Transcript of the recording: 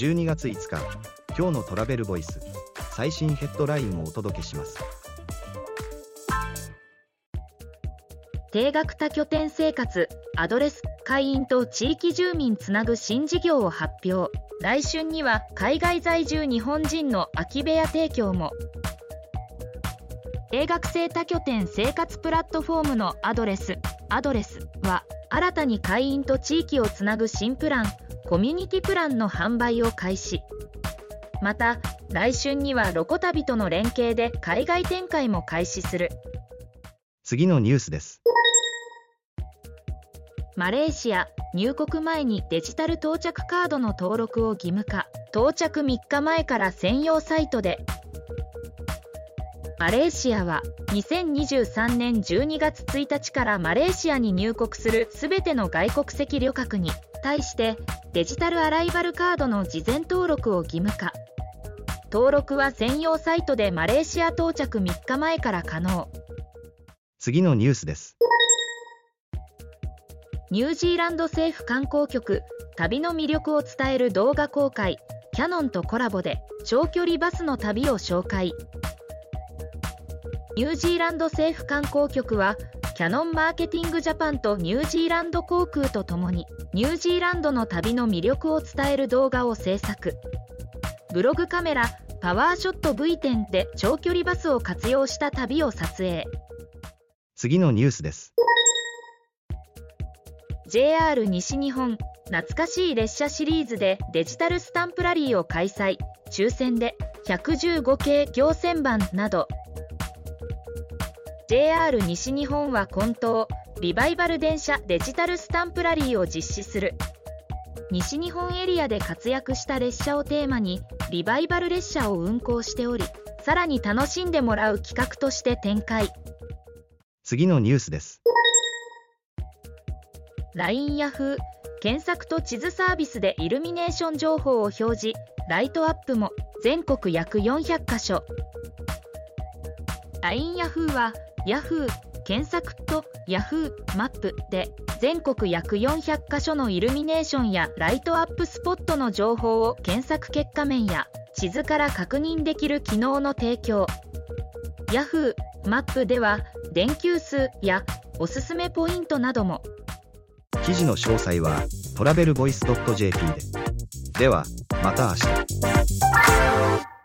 12月5日、今日のトラベルボイス、最新ヘッドラインをお届けします。 定額多拠点生活、アドレス、会員と地域住民つなぐ新事業を発表。来春には海外在住日本人の空き部屋提供も。定額制多拠点生活プラットフォームのアドレスは、新たに会員と地域をつなぐ新プラン、コミュニティプランの販売を開始。また、来春にはロコ旅との連携で海外展開も開始する。 次のニュースです。 マレーシア、入国前にデジタル到着カードの登録を義務化。到着3日前から専用サイトで。マレーシアは2023年12月1日からマレーシアに入国するすべての外国籍旅客に対してデジタルアライバルカードの事前登録を義務化。登録は専用サイトでマレーシア到着3日前から可能。 次のニュースです。 ニュージーランド政府観光局、旅の魅力を伝える動画公開。キヤノンとコラボで長距離バスの旅を紹介。ニュージーランド政府観光局はキヤノンマーケティングジャパンとニュージーランド航空とともにニュージーランドの旅の魅力を伝える動画を制作。ブログカメラパワーショット V10 で長距離バスを活用した旅を撮影。 次のニュースです。 JR 西日本、懐かしい列車シリーズでデジタルスタンプラリーを開催。抽選で115系行船版など。JR 西日本は今冬、リバイバル電車デジタルスタンプラリーを実施する。西日本エリアで活躍した列車をテーマにリバイバル列車を運行しており、さらに楽しんでもらう企画として展開。 次のニュースです。 LINE ヤフー、検索と地図サービスでイルミネーション情報を表示。ライトアップも全国約400カ所。LINE ヤフーはヤフー検索とヤフーマップで全国約400カ所のイルミネーションやライトアップスポットの情報を検索結果面や地図から確認できる機能の提供。ヤフーマップでは電球数やおすすめポイントなども。 記事の詳細はトラベルボイス .jp で。ではまた明日。